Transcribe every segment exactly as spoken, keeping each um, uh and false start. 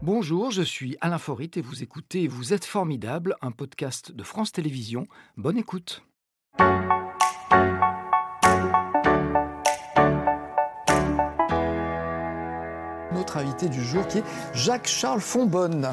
Bonjour, je suis Alain Forit et vous écoutez Vous êtes formidable, un podcast de France Télévisions. Bonne écoute. Notre invité du jour qui est Jacques-Charles Fonbonne.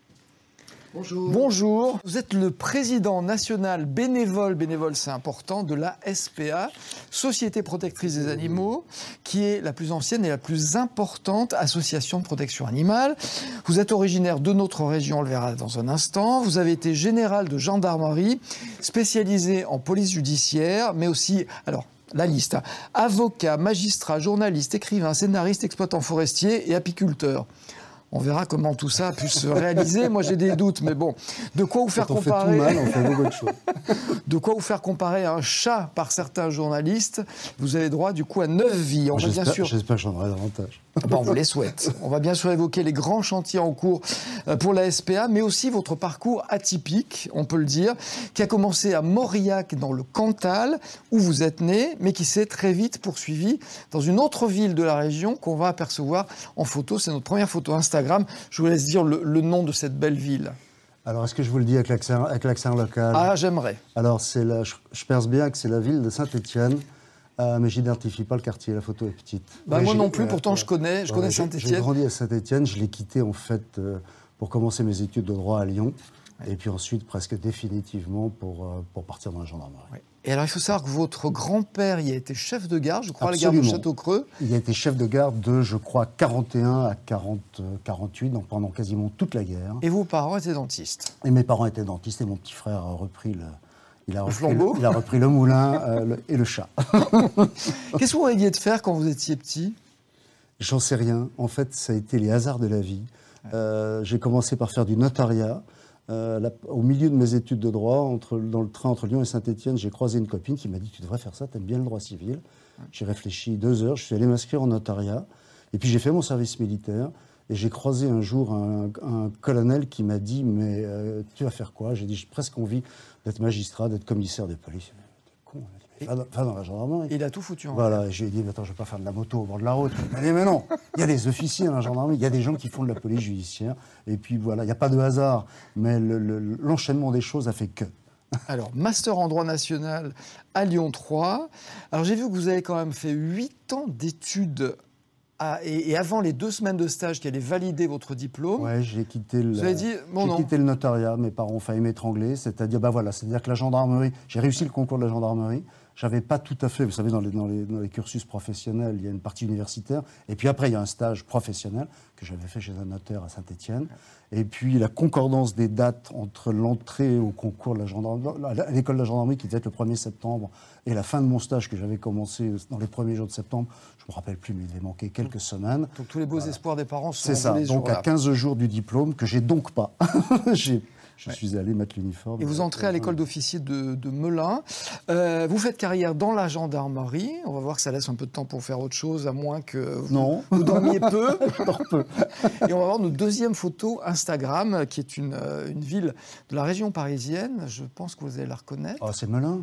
Bonjour. Bonjour. Vous êtes le président national bénévole, bénévole c'est important, de la S P A, Société protectrice des animaux, qui est la plus ancienne et la plus importante association de protection animale. Vous êtes originaire de notre région, on le verra dans un instant. Vous avez été général de gendarmerie, spécialisé en police judiciaire, mais aussi... alors. La liste, hein. Avocat, magistrat, journaliste, écrivain, scénariste, exploitant forestier et apiculteur. On verra comment tout ça a pu se réaliser. Moi, j'ai des doutes, mais bon. De quoi vous faire Quand on comparer... fait tout mal, on fait beaucoup de choses. De quoi vous faire comparer à un chat par certains journalistes. Vous avez droit, du coup, à neuf vies. On va bien sûr... J'espère que j'en aurai davantage. Bon, on vous les souhaite. On va bien sûr évoquer les grands chantiers en cours pour la S P A, mais aussi votre parcours atypique, on peut le dire, qui a commencé à Mauriac, dans le Cantal, où vous êtes né, mais qui s'est très vite poursuivi dans une autre ville de la région qu'on va apercevoir en photo. C'est notre première photo Instagram. Je vous laisse dire le, le nom de cette belle ville. Alors, est-ce que je vous le dis avec l'accent, avec l'accent local ? Ah, j'aimerais. Alors, c'est la, je, je perce bien que c'est la ville de Saint-Étienne. Euh, mais je n'identifie pas le quartier, la photo est petite. Bah, moi non plus, euh, pourtant euh, je connais, je euh, connais Saint-Étienne. J'ai grandi à Saint-Étienne, je l'ai quitté en fait euh, pour commencer mes études de droit à Lyon, ouais. Et puis ensuite presque définitivement pour, euh, pour partir dans la gendarmerie. Ouais. Et alors il faut savoir que votre grand-père y a été chef de gare, je crois, Absolument. à la gare de Château-Creux. Il a été chef de gare de, je crois, quarante et un à quarante, quarante-huit, donc pendant quasiment toute la guerre. Et vos parents étaient dentistes ? Et mes parents étaient dentistes et mon petit frère a repris le... Il a, repris le, il a repris le moulin euh, le, et le chat. Qu'est-ce que vous rêviez de faire quand vous étiez petit ? J'en sais rien. En fait, ça a été les hasards de la vie. Ouais. Euh, j'ai commencé par faire du notariat. Euh, là, au milieu de mes études de droit, entre, dans le train entre Lyon et Saint-Étienne, j'ai croisé une copine qui m'a dit « Tu devrais faire ça, t'aimes bien le droit civil. Ouais. » J'ai réfléchi deux heures, je suis allé m'inscrire en notariat. Et puis j'ai fait mon service militaire. Et j'ai croisé un jour un, un colonel qui m'a dit « Mais euh, tu vas faire quoi ?» J'ai dit « J'ai presque envie d'être magistrat, d'être commissaire de police. » T'es con, il va, va dans la gendarmerie. Il a tout foutu en Voilà, et j'ai dit « Attends, je ne vais pas faire de la moto au bord de la route. » Il m'a dit « Mais non, il y a des officiers dans la gendarmerie, il y a des gens qui font de la police judiciaire. » Et puis voilà, il n'y a pas de hasard, mais le, le, l'enchaînement des choses a fait que. Alors, master en droit national à Lyon trois. Alors, j'ai vu que vous avez quand même fait huit ans d'études. Ah, et, et avant les deux semaines de stage qui allaient valider votre diplôme, ouais, j'ai quitté le, vous avez dit, bon, j'ai non. quitté le notariat. Mes parents ont failli m'étrangler. C'est-à-dire, bah voilà, c'est-à-dire que la gendarmerie, j'ai réussi le concours de la gendarmerie. J'avais pas tout à fait, vous savez, dans les, dans, les, dans les cursus professionnels, il y a une partie universitaire. Et puis après, il y a un stage professionnel que j'avais fait chez un notaire à Saint-Étienne. Et puis la concordance des dates entre l'entrée au concours de la gendarmerie, à l'école de la gendarmerie qui devait être le premier septembre, et la fin de mon stage que j'avais commencé dans les premiers jours de septembre, je ne me rappelle plus, mais il devait manquer quelques semaines. Donc tous les beaux voilà. espoirs des parents sont C'est ça, les donc à quinze jours du diplôme, que j'ai donc pas. j'ai Je ouais. suis allé mettre l'uniforme. Et vous entrez à l'école d'officier de, de Melun. Euh, vous faites carrière dans la gendarmerie. On va voir que ça laisse un peu de temps pour faire autre chose, à moins que vous, non. vous dormiez peu. peu. Et on va voir notre deuxième photo Instagram, qui est une, une ville de la région parisienne. Je pense que vous allez la reconnaître. Oh, c'est Melun.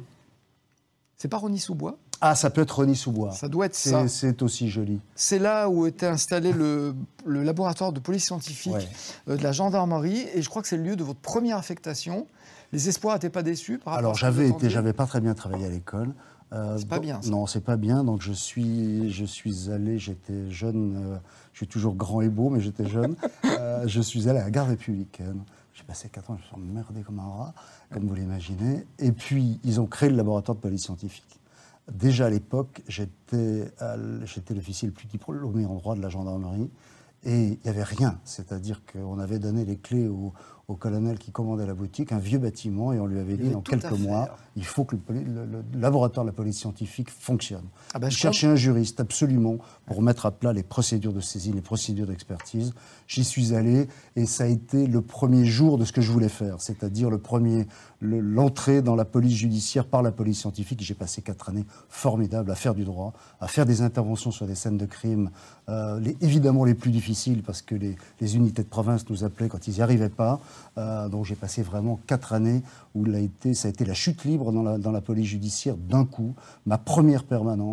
C'est pas Rosny-sous-Bois ? Ah, ça peut être Rosny-sous-Bois. Ça doit être c'est, ça. C'est aussi joli. C'est là où était installé le, le laboratoire de police scientifique ouais. de la gendarmerie. Et je crois que c'est le lieu de votre première affectation. Les espoirs n'étaient pas déçus par rapport Alors, à ce j'avais été, j'avais pas très bien travaillé à l'école. Euh, c'est pas bien, ça. Non, c'est pas bien. Donc, je suis, je suis allé, j'étais jeune, euh, je suis toujours grand et beau, mais j'étais jeune. euh, je suis allé à la garde républicaine. J'ai passé quatre ans, je me suis emmerdé comme un rat, comme vous l'imaginez. Et puis, ils ont créé le laboratoire de police scientifique. Déjà à l'époque, j'étais, j'étais l'officier le plus diplômé en droit de la gendarmerie. Et il n'y avait rien. C'est-à-dire qu'on avait donné les clés au, au colonel qui commandait la boutique, un vieux bâtiment, et on lui avait dit, dans quelques mois, il faut que le, le, le laboratoire de la police scientifique fonctionne. Ah ben, je cherchais un juriste, absolument, pour mettre à plat les procédures de saisine, les procédures d'expertise. J'y suis allé, et ça a été le premier jour de ce que je voulais faire, c'est-à-dire le premier, le, l'entrée dans la police judiciaire par la police scientifique. J'ai passé quatre années formidables à faire du droit, à faire des interventions sur des scènes de crime, euh, les, évidemment les plus difficiles, parce que les, les unités de province nous appelaient quand ils n'y arrivaient pas. Euh, donc j'ai passé vraiment quatre années où il a été, ça a été la chute libre dans la, dans la police judiciaire d'un coup. Ma première permanence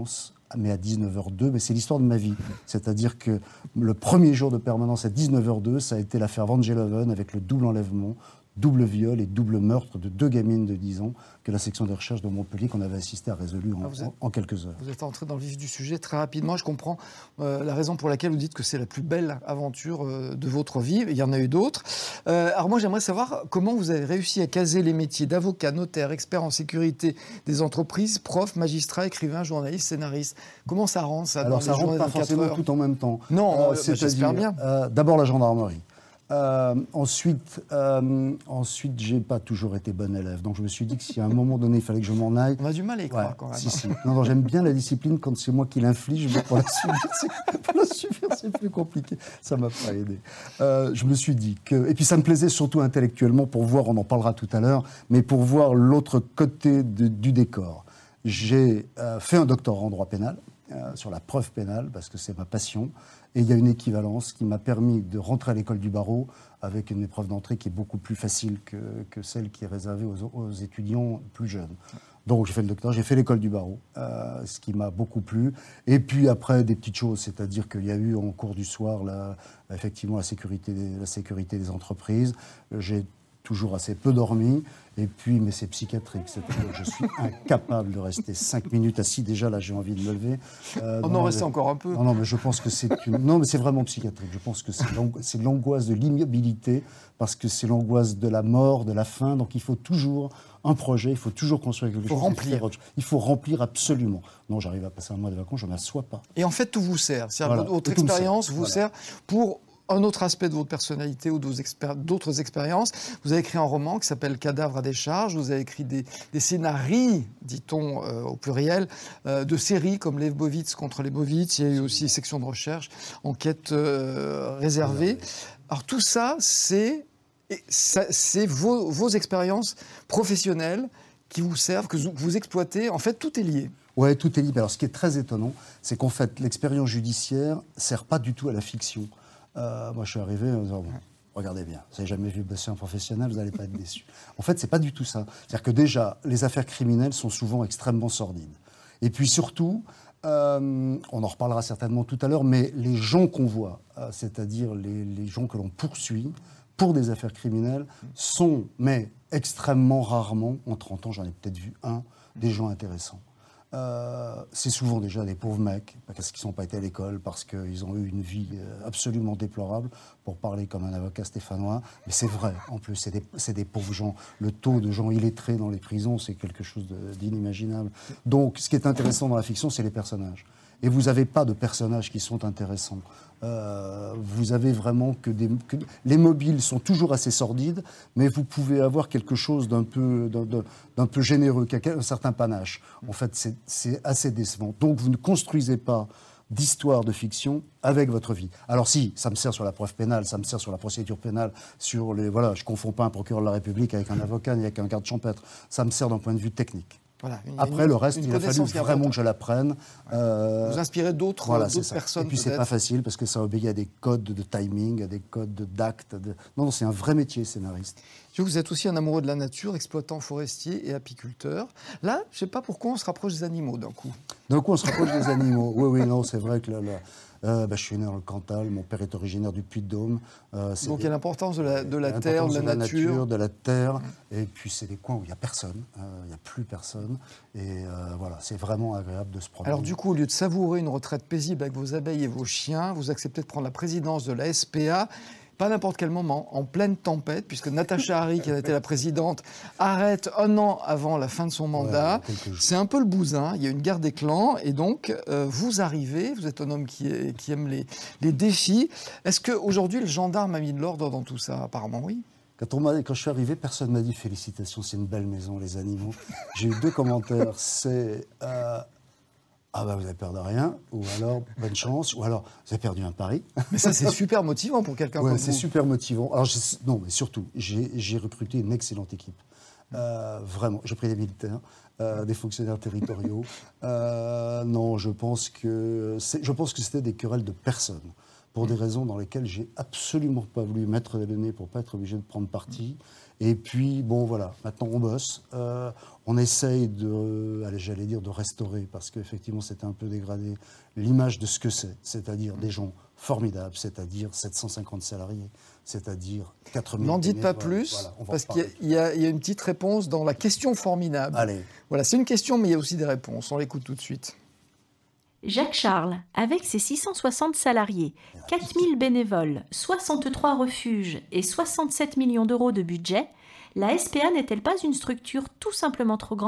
mais à dix-neuf heures zéro deux, mais c'est l'histoire de ma vie. C'est-à-dire que le premier jour de permanence à dix-neuf heures zéro deux, ça a été l'affaire Van Geloven avec le double enlèvement, double viol et double meurtre de deux gamines de dix ans que la section de recherche de Montpellier, qu'on avait assisté, a résolu en, ah, êtes, en, en quelques heures. Vous êtes entré dans le vif du sujet très rapidement. Je comprends euh, la raison pour laquelle vous dites que c'est la plus belle aventure euh, de votre vie. Il y en a eu d'autres. Euh, alors moi, j'aimerais savoir comment vous avez réussi à caser les métiers d'avocat, notaire, expert en sécurité des entreprises, prof, magistrat, écrivain, journaliste, scénariste. Comment ça rend ça Alors dans ça les rentre pas forcément heures tout en même temps. Non, euh, bah, j'espère bien. Euh, D'abord la gendarmerie. Euh, ensuite, euh, ensuite, j'ai pas toujours été bon élève. Donc je me suis dit que si à un moment donné, il fallait que je m'en aille. On a du mal à y croire ouais, quand même. Si, si. Non, non, j'aime bien la discipline quand c'est moi qui l'inflige, mais pour la subir, c'est, pour la subir, c'est plus compliqué. Ça m'a pas aidé. Euh, je me suis dit que... Et puis ça me plaisait surtout intellectuellement pour voir, on en parlera tout à l'heure, mais pour voir l'autre côté de, du décor. J'ai euh, fait un doctorat en droit pénal, euh, sur la preuve pénale, parce que c'est ma passion. Et il y a une équivalence qui m'a permis de rentrer à l'école du barreau avec une épreuve d'entrée qui est beaucoup plus facile que, que celle qui est réservée aux, aux étudiants plus jeunes. Donc j'ai fait le doctorat, j'ai fait l'école du barreau, euh, ce qui m'a beaucoup plu. Et puis après, des petites choses, c'est-à-dire qu'il y a eu en cours du soir, là, effectivement, la sécurité, des, la sécurité des entreprises. J'ai toujours assez peu dormi. Et puis, mais c'est psychiatrique, c'est-à-dire que je suis incapable de rester cinq minutes assis. Déjà, là, j'ai envie de me lever. Euh, On en reste encore un peu. Non, non, mais je pense que c'est une... Non, mais c'est vraiment psychiatrique. Je pense que c'est, l'ango... c'est l'angoisse de l'immobilité, parce que c'est l'angoisse de la mort, de la faim. Donc, il faut toujours un projet, il faut toujours construire quelque il faut chose. Remplir. Il faut remplir absolument. Non, j'arrive à passer un mois de vacances, je ne m'assois pas. Et en fait, tout vous sert. C'est voilà. Votre expérience sert. vous voilà. sert pour... un autre aspect de votre personnalité ou d'autres expériences. Vous avez écrit un roman qui s'appelle Cadavre à décharge. Vous avez écrit des, des scénarios, dit-on euh, au pluriel, euh, de séries comme Les Bovitz contre les Bovitz. Il y a eu aussi Section de recherche, Enquête euh, réservée. Alors tout ça, c'est, c'est vos, vos expériences professionnelles qui vous servent, que vous, vous exploitez. En fait, tout est lié. Oui, tout est lié. Alors ce qui est très étonnant, c'est qu'en fait, l'expérience judiciaire ne sert pas du tout à la fiction. Euh, moi, je suis arrivé en disant, bon, regardez bien, vous n'avez jamais vu bosser un professionnel, vous n'allez pas être déçus. En fait, ce n'est pas du tout ça. C'est-à-dire que déjà, les affaires criminelles sont souvent extrêmement sordides. Et puis surtout, euh, on en reparlera certainement tout à l'heure, mais les gens qu'on voit, euh, c'est-à-dire les, les gens que l'on poursuit pour des affaires criminelles, sont, mais extrêmement rarement, en trente ans, j'en ai peut-être vu un, des gens intéressants. Euh, c'est souvent déjà des pauvres mecs, parce qu'ils n'ont pas été à l'école, parce qu'ils ont eu une vie absolument déplorable, pour parler comme un avocat stéphanois. Mais c'est vrai, en plus, c'est des, c'est des pauvres gens. Le taux de gens illettrés dans les prisons, c'est quelque chose de, d'inimaginable. Donc, ce qui est intéressant dans la fiction, c'est les personnages. Et vous n'avez pas de personnages qui sont intéressants. Euh, vous avez vraiment que des... Que, les mobiles sont toujours assez sordides, mais vous pouvez avoir quelque chose d'un peu, d'un, d'un peu généreux, qui a un certain panache. En fait, c'est, c'est assez décevant. Donc, vous ne construisez pas d'histoire de fiction avec votre vie. Alors si, ça me sert sur la preuve pénale, ça me sert sur la procédure pénale, sur les... Voilà, je ne confonds pas un procureur de la République avec un avocat ni avec un garde champêtre. Ça me sert d'un point de vue technique. Voilà, une, Après, une, le reste, il a fallu vraiment que je l'apprenne. Euh, Vous inspirez d'autres, voilà, d'autres personnes, Et puis, c'est pas facile, parce que ça obéit à des codes de timing, à des codes d'actes. De... Non, non, c'est un vrai métier, scénariste. Vous êtes aussi un amoureux de la nature, exploitant forestier et apiculteur. Là, je ne sais pas pourquoi on se rapproche des animaux, d'un coup. D'un coup, on se rapproche des animaux. Oui, oui, non, c'est vrai que là... là... Euh, bah, je suis né dans le Cantal, mon père est originaire du Puy-de-Dôme. Euh, Donc il y a l'importance de la, de la terre, de la, de la nature. nature. De la terre, mmh. Et puis c'est des coins où il n'y a personne, euh, il n'y a plus personne. Et euh, voilà, c'est vraiment agréable de se promener. Alors du coup, au lieu de savourer une retraite paisible avec vos abeilles et vos chiens, vous acceptez de prendre la présidence de la S P A. Pas n'importe quel moment, en pleine tempête, puisque Natacha Harry, qui a été la présidente, arrête un an avant la fin de son mandat. Ouais, c'est un peu le bousin, il y a une guerre des clans, et donc euh, vous arrivez, vous êtes un homme qui, est, qui aime les, les défis. Est-ce qu'aujourd'hui, le gendarme a mis de l'ordre dans tout ça? Apparemment, oui. Quand, on m'a, quand je suis arrivé, personne ne m'a dit « Félicitations, c'est une belle maison, les animaux ». J'ai eu deux commentaires, c'est... Euh, ah ben vous avez peur de rien, ou alors bonne chance, ou alors vous avez perdu un pari. Mais ça c'est super motivant pour quelqu'un ouais, comme c'est vous. C'est super motivant. Alors je, non mais surtout, j'ai, j'ai recruté une excellente équipe. Euh, vraiment, j'ai pris des militaires, euh, des fonctionnaires territoriaux. Euh, non, je pense que c'est, je pense que c'était des querelles de personnes. pour des raisons dans lesquelles j'ai absolument pas voulu mettre le nez pour pas être obligé de prendre parti. Et puis, bon, voilà, maintenant on bosse. Euh, on essaye de, allez, j'allais dire de restaurer, parce qu'effectivement, c'était un peu dégradé, l'image de ce que c'est, c'est-à-dire des gens formidables, c'est-à-dire sept cent cinquante salariés, c'est-à-dire quatre mille. N'en dites pas plus, voilà, parce qu'il y, y, y a une petite réponse dans la question formidable. Allez. Voilà, c'est une question, mais il y a aussi des réponses. On l'écoute tout de suite. Jacques Charles, avec ses six cent soixante salariés, quatre mille bénévoles, soixante-trois refuges et soixante-sept millions d'euros de budget, la S P A n'est-elle pas une structure tout simplement trop grande ?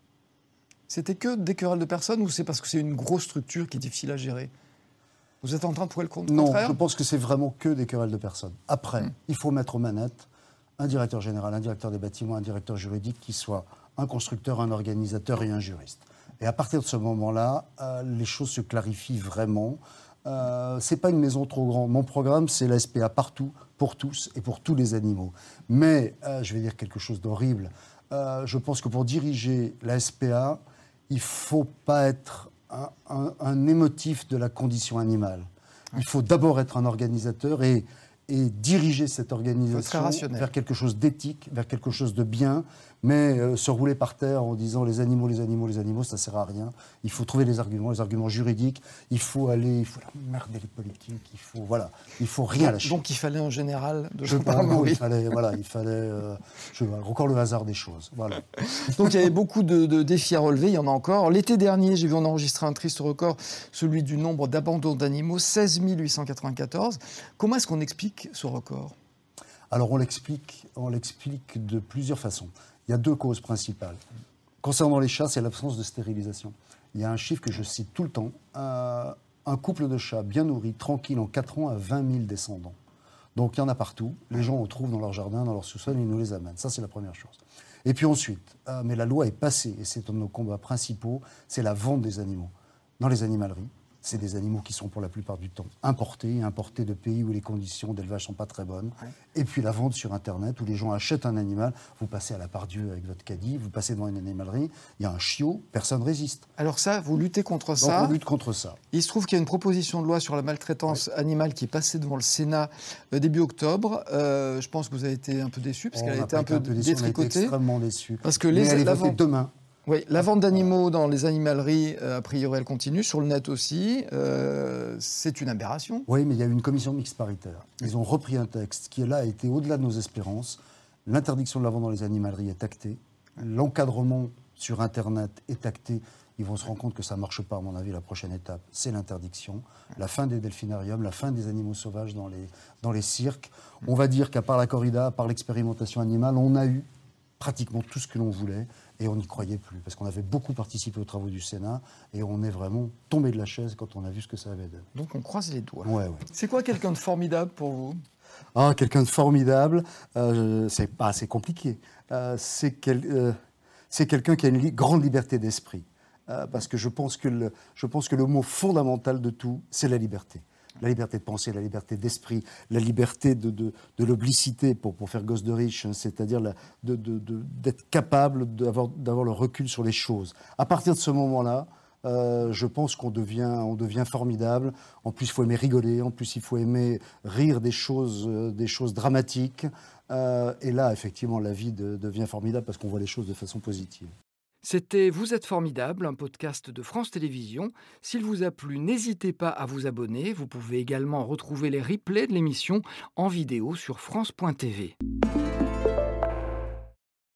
C'était que des querelles de personnes ou c'est parce que c'est une grosse structure qui est difficile à gérer ? Vous êtes en train de prouver le contraire ? Non, je pense que c'est vraiment que des querelles de personnes. Après, mmh. il faut mettre aux manettes un directeur général, un directeur des bâtiments, un directeur juridique qui soit un constructeur, un organisateur et un juriste. Et à partir de ce moment-là, euh, les choses se clarifient vraiment. Euh, c'est pas une maison trop grande. Mon programme, c'est la S P A partout, pour tous et pour tous les animaux. Mais, euh, je vais dire quelque chose d'horrible. Euh, je pense que pour diriger la S P A, il faut pas être un, un, un émotif de la condition animale. Il faut d'abord être un organisateur et, et diriger cette organisation vers quelque chose d'éthique, vers quelque chose de bien. Mais euh, se rouler par terre en disant les animaux, les animaux, les animaux, ça ne sert à rien. Il faut trouver les arguments, les arguments juridiques. Il faut aller, il faut merder les politiques. Il faut, voilà, il faut rien lâcher. Donc il fallait un général de gendarmerie. Il fallait, voilà, il fallait, euh, je vois, encore le hasard des choses. Voilà. Donc il y avait beaucoup de, de défis à relever. Il y en a encore. L'été dernier, j'ai vu on enregistrer un triste record, celui du nombre d'abandons d'animaux, seize mille huit cent quatre-vingt-quatorze. Comment est-ce qu'on explique ce record ? Alors on l'explique, on l'explique de plusieurs façons. Il y a deux causes principales. Concernant les chats, c'est l'absence de stérilisation. Il y a un chiffre que je cite tout le temps. Euh, un couple de chats bien nourris, tranquille, en quatre ans, a vingt mille descendants. Donc il y en a partout. Les gens en trouvent dans leur jardin, dans leur sous-sol, ils nous les amènent. Ça, c'est la première chose. Et puis ensuite, euh, mais la loi est passée, et c'est un de nos combats principaux, c'est la vente des animaux. Dans les animaleries, c'est des animaux qui sont pour la plupart du temps importés, importés de pays où les conditions d'élevage ne sont pas très bonnes. Ouais. Et puis la vente sur Internet, où les gens achètent un animal, vous passez à la Part-Dieu avec votre caddie, vous passez devant une animalerie, il y a un chiot, personne ne résiste. Alors ça, vous luttez contre Donc ça. on lutte contre ça. Il se trouve qu'il y a une proposition de loi sur la maltraitance ouais. animale qui est passée devant le Sénat euh, début octobre. Euh, je pense que vous avez été un peu déçu, parce on qu'elle a été un peu, un peu détricotée. On a été extrêmement déçus. Parce que les, les, elle est la votée vente... demain. Oui, la vente d'animaux dans les animaleries, euh, a priori, elle continue. Sur le net aussi, euh, c'est une aberration. Oui, mais il y a eu une commission mixte paritaire. Ils ont repris un texte qui, là, a été au-delà de nos espérances. L'interdiction de la vente dans les animaleries est actée. L'encadrement sur Internet est acté. Ils vont se rendre compte que ça ne marche pas, à mon avis. La prochaine étape, c'est l'interdiction. La fin des delphinariums, la fin des animaux sauvages dans les, dans les cirques. On va dire qu'à part la corrida, à part l'expérimentation animale, on a eu pratiquement tout ce que l'on voulait. Et on n'y croyait plus, parce qu'on avait beaucoup participé aux travaux du Sénat, et on est vraiment tombé de la chaise quand on a vu ce que ça avait donné. Donc on croise les doigts. Ouais, ouais. C'est quoi quelqu'un de formidable pour vous ? Ah, quelqu'un de formidable, euh, c'est pas assez compliqué. Euh, c'est, quel, euh, c'est quelqu'un qui a une li- grande liberté d'esprit. Euh, parce que je pense que, le, je pense que le mot fondamental de tout, c'est la liberté. La liberté de penser, la liberté d'esprit, la liberté de, de, de l'oblicité, pour, pour faire gosse de riche, hein, c'est-à-dire la, de, de, de, d'être capable d'avoir, d'avoir le recul sur les choses. À partir de ce moment-là, euh, je pense qu'on devient, on devient formidable. En plus, il faut aimer rigoler, en plus, il faut aimer rire des choses, euh, des choses dramatiques. Euh, et là, effectivement, la vie de, devient formidable parce qu'on voit les choses de façon positive. C'était Vous êtes formidable, un podcast de France Télévisions. S'il vous a plu, n'hésitez pas à vous abonner. Vous pouvez également retrouver les replays de l'émission en vidéo sur France point T V.